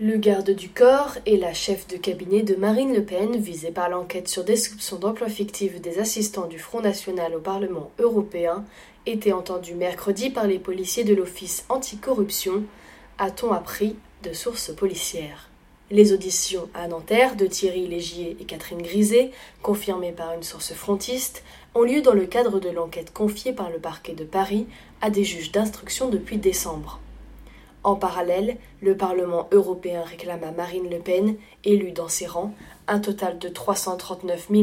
Le garde du corps et la chef de cabinet de Marine Le Pen, visés par l'enquête sur des soupçons d'emploi fictif des assistants du Front National au Parlement européen, étaient entendus mercredi par les policiers de l'Office anticorruption, a-t-on appris de sources policières. Les auditions à Nanterre de Thierry Légier et Catherine Griset, confirmées par une source frontiste, ont lieu dans le cadre de l'enquête confiée par le parquet de Paris à des juges d'instruction depuis décembre. En parallèle, le Parlement européen réclame à Marine Le Pen, élue dans ses rangs, un total de 339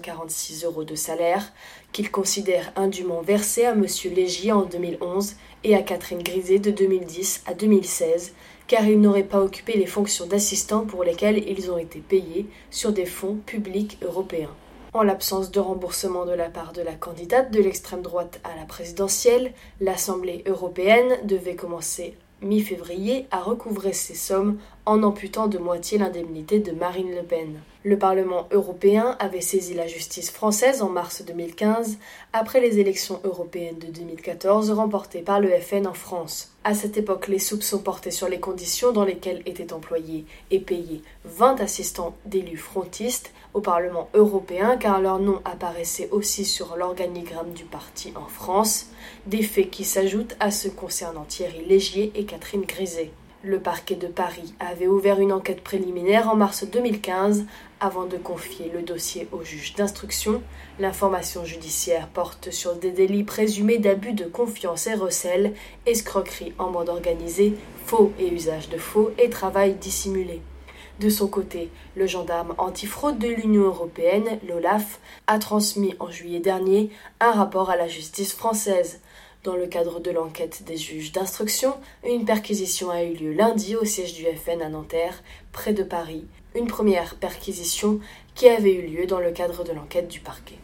946 € de salaire, qu'il considère indûment versé à M. Légier en 2011 et à Catherine Griset de 2010 à 2016, car ils n'auraient pas occupé les fonctions d'assistants pour lesquelles ils ont été payés sur des fonds publics européens. En l'absence de remboursement de la part de la candidate de l'extrême droite à la présidentielle, l'Assemblée européenne devait commencer mi-février à recouvrer ces sommes en amputant de moitié l'indemnité de Marine Le Pen. Le Parlement européen avait saisi la justice française en mars 2015 après les élections européennes de 2014 remportées par le FN en France. À cette époque, les soupçons portaient sur les conditions dans lesquelles étaient employés et payés 20 assistants d'élus frontistes au Parlement européen car leur nom apparaissait aussi sur l'organigramme du parti en France, des faits qui s'ajoutent à ceux concernant Thierry Légier et Catherine Griset. Le parquet de Paris avait ouvert une enquête préliminaire en mars 2015 avant de confier le dossier au juge d'instruction. L'information judiciaire porte sur des délits présumés d'abus de confiance et recel, escroquerie en bande organisée, faux et usage de faux et travail dissimulé. De son côté, le gendarme antifraude de l'Union européenne, l'OLAF, a transmis en juillet dernier un rapport à la justice française. Dans le cadre de l'enquête des juges d'instruction, une perquisition a eu lieu lundi au siège du FN à Nanterre, près de Paris, une première perquisition qui avait eu lieu dans le cadre de l'enquête du parquet.